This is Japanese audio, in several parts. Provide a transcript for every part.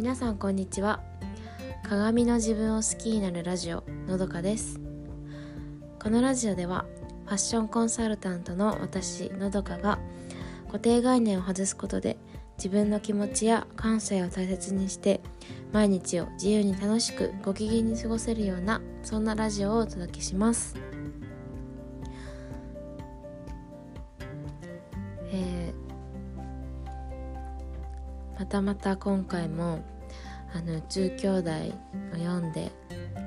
皆さんこんにちは。鏡の自分を好きになるラジオのどかです。このラジオではファッションコンサルタントの私のどかが固定概念を外すことで自分の気持ちや感性を大切にして毎日を自由に楽しくご機嫌に過ごせるようなそんなラジオをお届けします。また今回も宇宙兄弟を読んで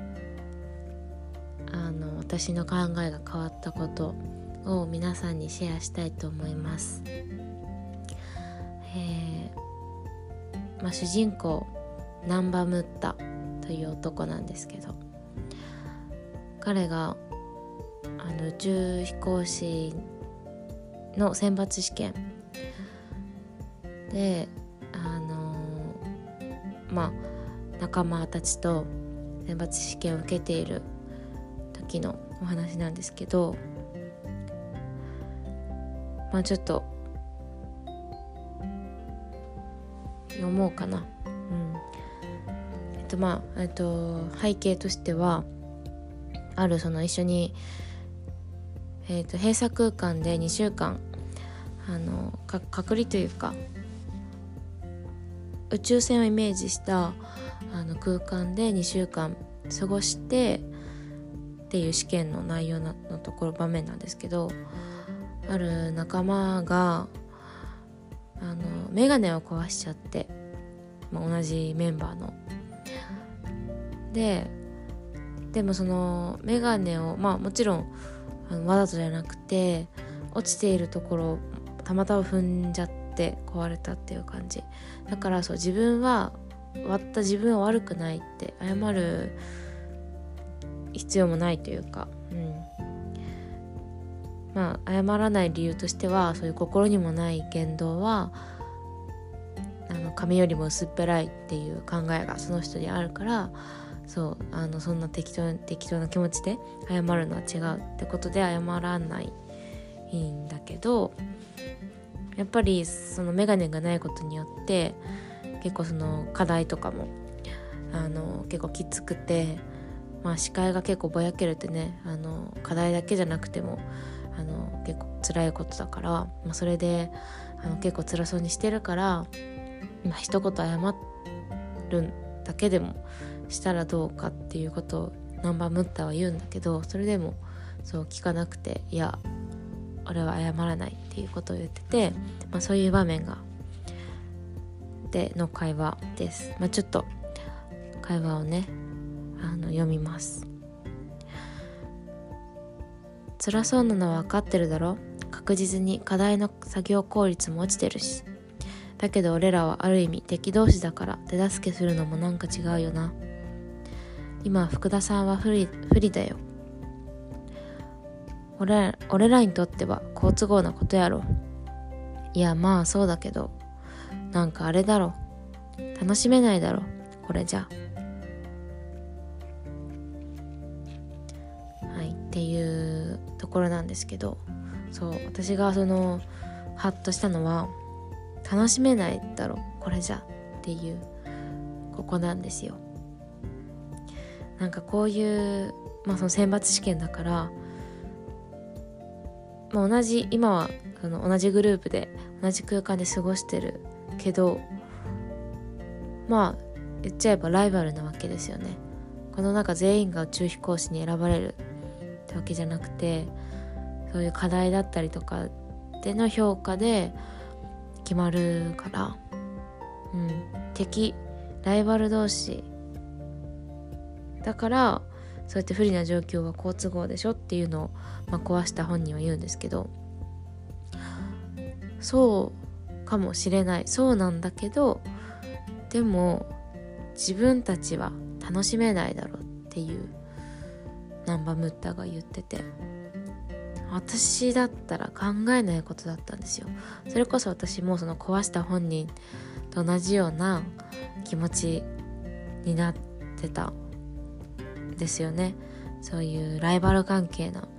私の考えが変わったことを皆さんにシェアしたいと思います。主人公ナンバムッタという男なんですけど、彼が宇宙飛行士の選抜試験で仲間たちと選抜試験を受けている時のお話なんですけど、ちょっと読もうかな。背景としてはその一緒に閉鎖空間で2週間隔離というか宇宙船をイメージした空間で2週間過ごしてっていう試験の内容の場面なんですけど、ある仲間がメガネを壊しちゃって、同じメンバーのでもそのメガネをもちろんわざとじゃなくて落ちているところをたまたま踏んじゃって壊れたっていう感じだから、自分は割った自分は悪くないって謝る必要もないというか、謝らない理由としてはそういう心にもない言動は髪よりも薄っぺらいっていう考えがその人にあるから、そんな適当な気持ちで謝るのは違うってことで謝らないんだけど、やっぱりそのメガネがないことによって結構その課題とかも結構きつくて、視界が結構ぼやけるってね、課題だけじゃなくても結構辛いことだから、それで結構辛そうにしてるから、一言謝るだけでもしたらどうかっていうことをナンバームッターは言うんだけど、それでもそう聞かなくて、いや俺は謝らないっていうことを言ってて、そういう場面がでの会話です。ちょっと会話をね読みます。辛そうなのは分かってるだろ。確実に課題の作業効率も落ちてるし、だけど俺らはある意味敵同士だから手助けするのもなんか違うよな。今福田さんは不利だよ。俺らにとっては好都合なことやろ。いやそうだけど、なんかあれだろ、楽しめないだろこれじゃ。っていうところなんですけど、私がハッとしたのは、楽しめないだろこれじゃっていうここなんですよ。こういうその選抜試験だから、今は同じグループで同じ空間で過ごしてるけど、言っちゃえばライバルなわけですよね。この中全員が宇宙飛行士に選ばれるってわけじゃなくて、そういう課題だったりとかでの評価で決まるから、ライバル同士だから、そうやって不利な状況は好都合でしょっていうのを、壊した本人は言うんですけど、そうかもしれない、そうなんだけど、でも自分たちは楽しめないだろうっていうナンバムッタが言ってて、私だったら考えないことだったんですよ。それこそ私もその壊した本人と同じような気持ちになってたんですよね。そういうライバル関係な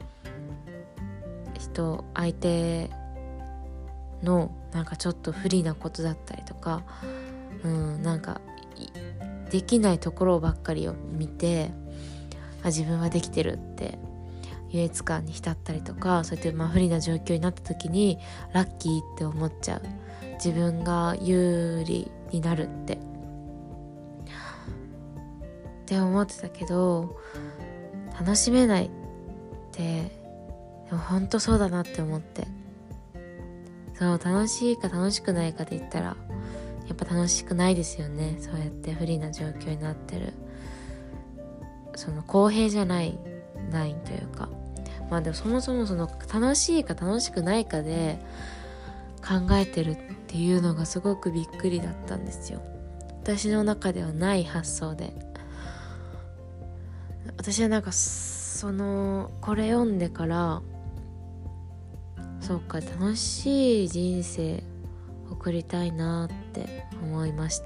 相手のちょっと不利なことだったりとか、 できないところばっかりを見て、自分はできてるって優越感に浸ったりとか、そうやって不利な状況になった時にラッキーって思っちゃう、自分が有利になるって思ってたけど、楽しめないってでも本当そうだなって思って、そう楽しいか楽しくないかで言ったらやっぱ楽しくないですよね。そうやって不利な状況になってる、その公平じゃないラインというか、でもそもそもその楽しいか楽しくないかで考えてるっていうのがすごくびっくりだったんですよ。私の中ではない発想で、私はこれ読んでから、そうか楽しい人生送りたいなって思いました。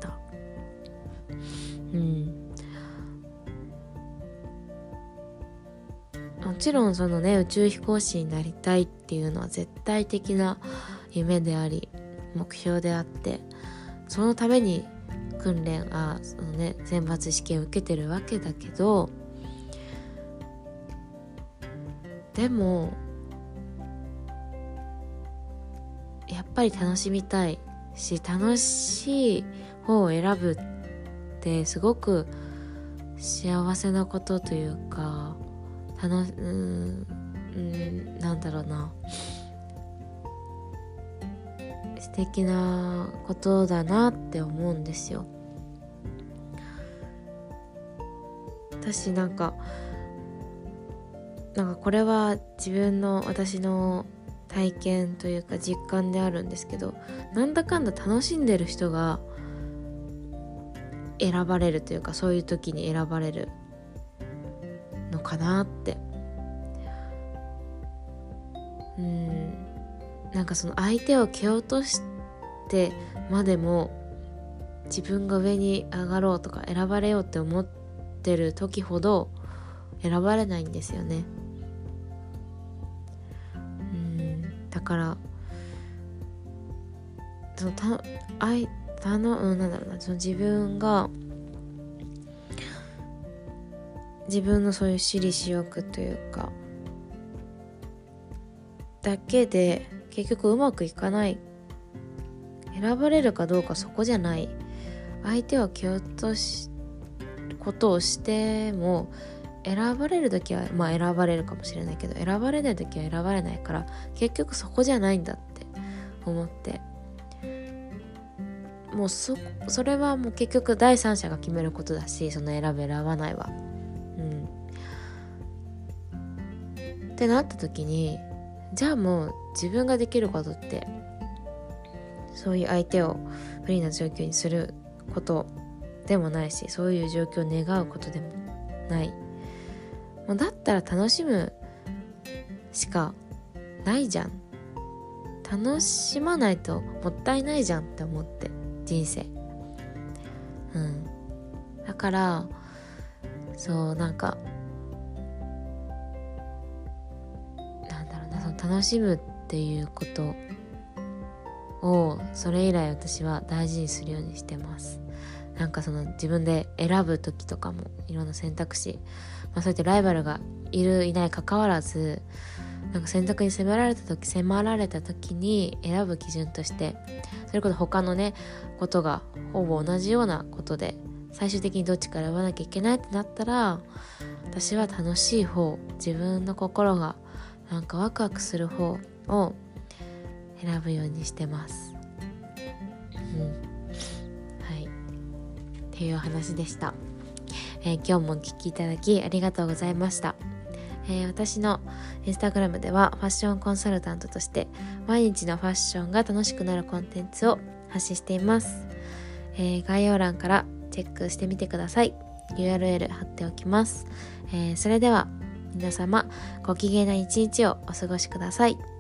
もちろん宇宙飛行士になりたいっていうのは絶対的な夢であり目標であって、そのために訓練選抜試験を受けてるわけだけど、でもやっぱり楽しみたいし、楽しい方を選ぶってすごく幸せなことというか、なんだろうな、素敵なことだなって思うんですよ。私これは私の体験というか実感であるんですけど、なんだかんだ楽しんでる人が選ばれるというか、そういう時に選ばれるのかなって。その相手を蹴落としてまでも自分が上に上がろうとか選ばれようって思ってる時ほど選ばれないんですよね。だからその自分のそういう私利私欲というかだけで結局うまくいかない、選ばれるかどうかそこじゃない、相手を蹴落とすことをしても選ばれるときは選ばれるかもしれないけど、選ばれないときは選ばれないから、結局そこじゃないんだって思って、もうそれはもう結局第三者が決めることだし、その選ぶ選ばないはってなった時に、じゃあもう自分ができることってそういう相手を不利な状況にすることでもないし、そういう状況を願うことでもない、もうだったら楽しむしかないじゃん、楽しまないともったいないじゃんって思って、人生だからそう楽しむっていうことをそれ以来私は大事にするようにしてます。自分で選ぶ時とかもいろんな選択肢、そうやってライバルがいるいない関わらず、選択に迫られた時に選ぶ基準として、それこそ他のことがほぼ同じようなことで最終的にどっちか選ばなきゃいけないってなったら、私は楽しい方、自分の心がワクワクする方を選ぶようにしてます。はいっていう話でした。今日もお聞きいただきありがとうございました。私のインスタグラムではファッションコンサルタントとして毎日のファッションが楽しくなるコンテンツを発信しています。概要欄からチェックしてみてください。 URL 貼っておきます。それでは皆様ご機嫌な一日をお過ごしください。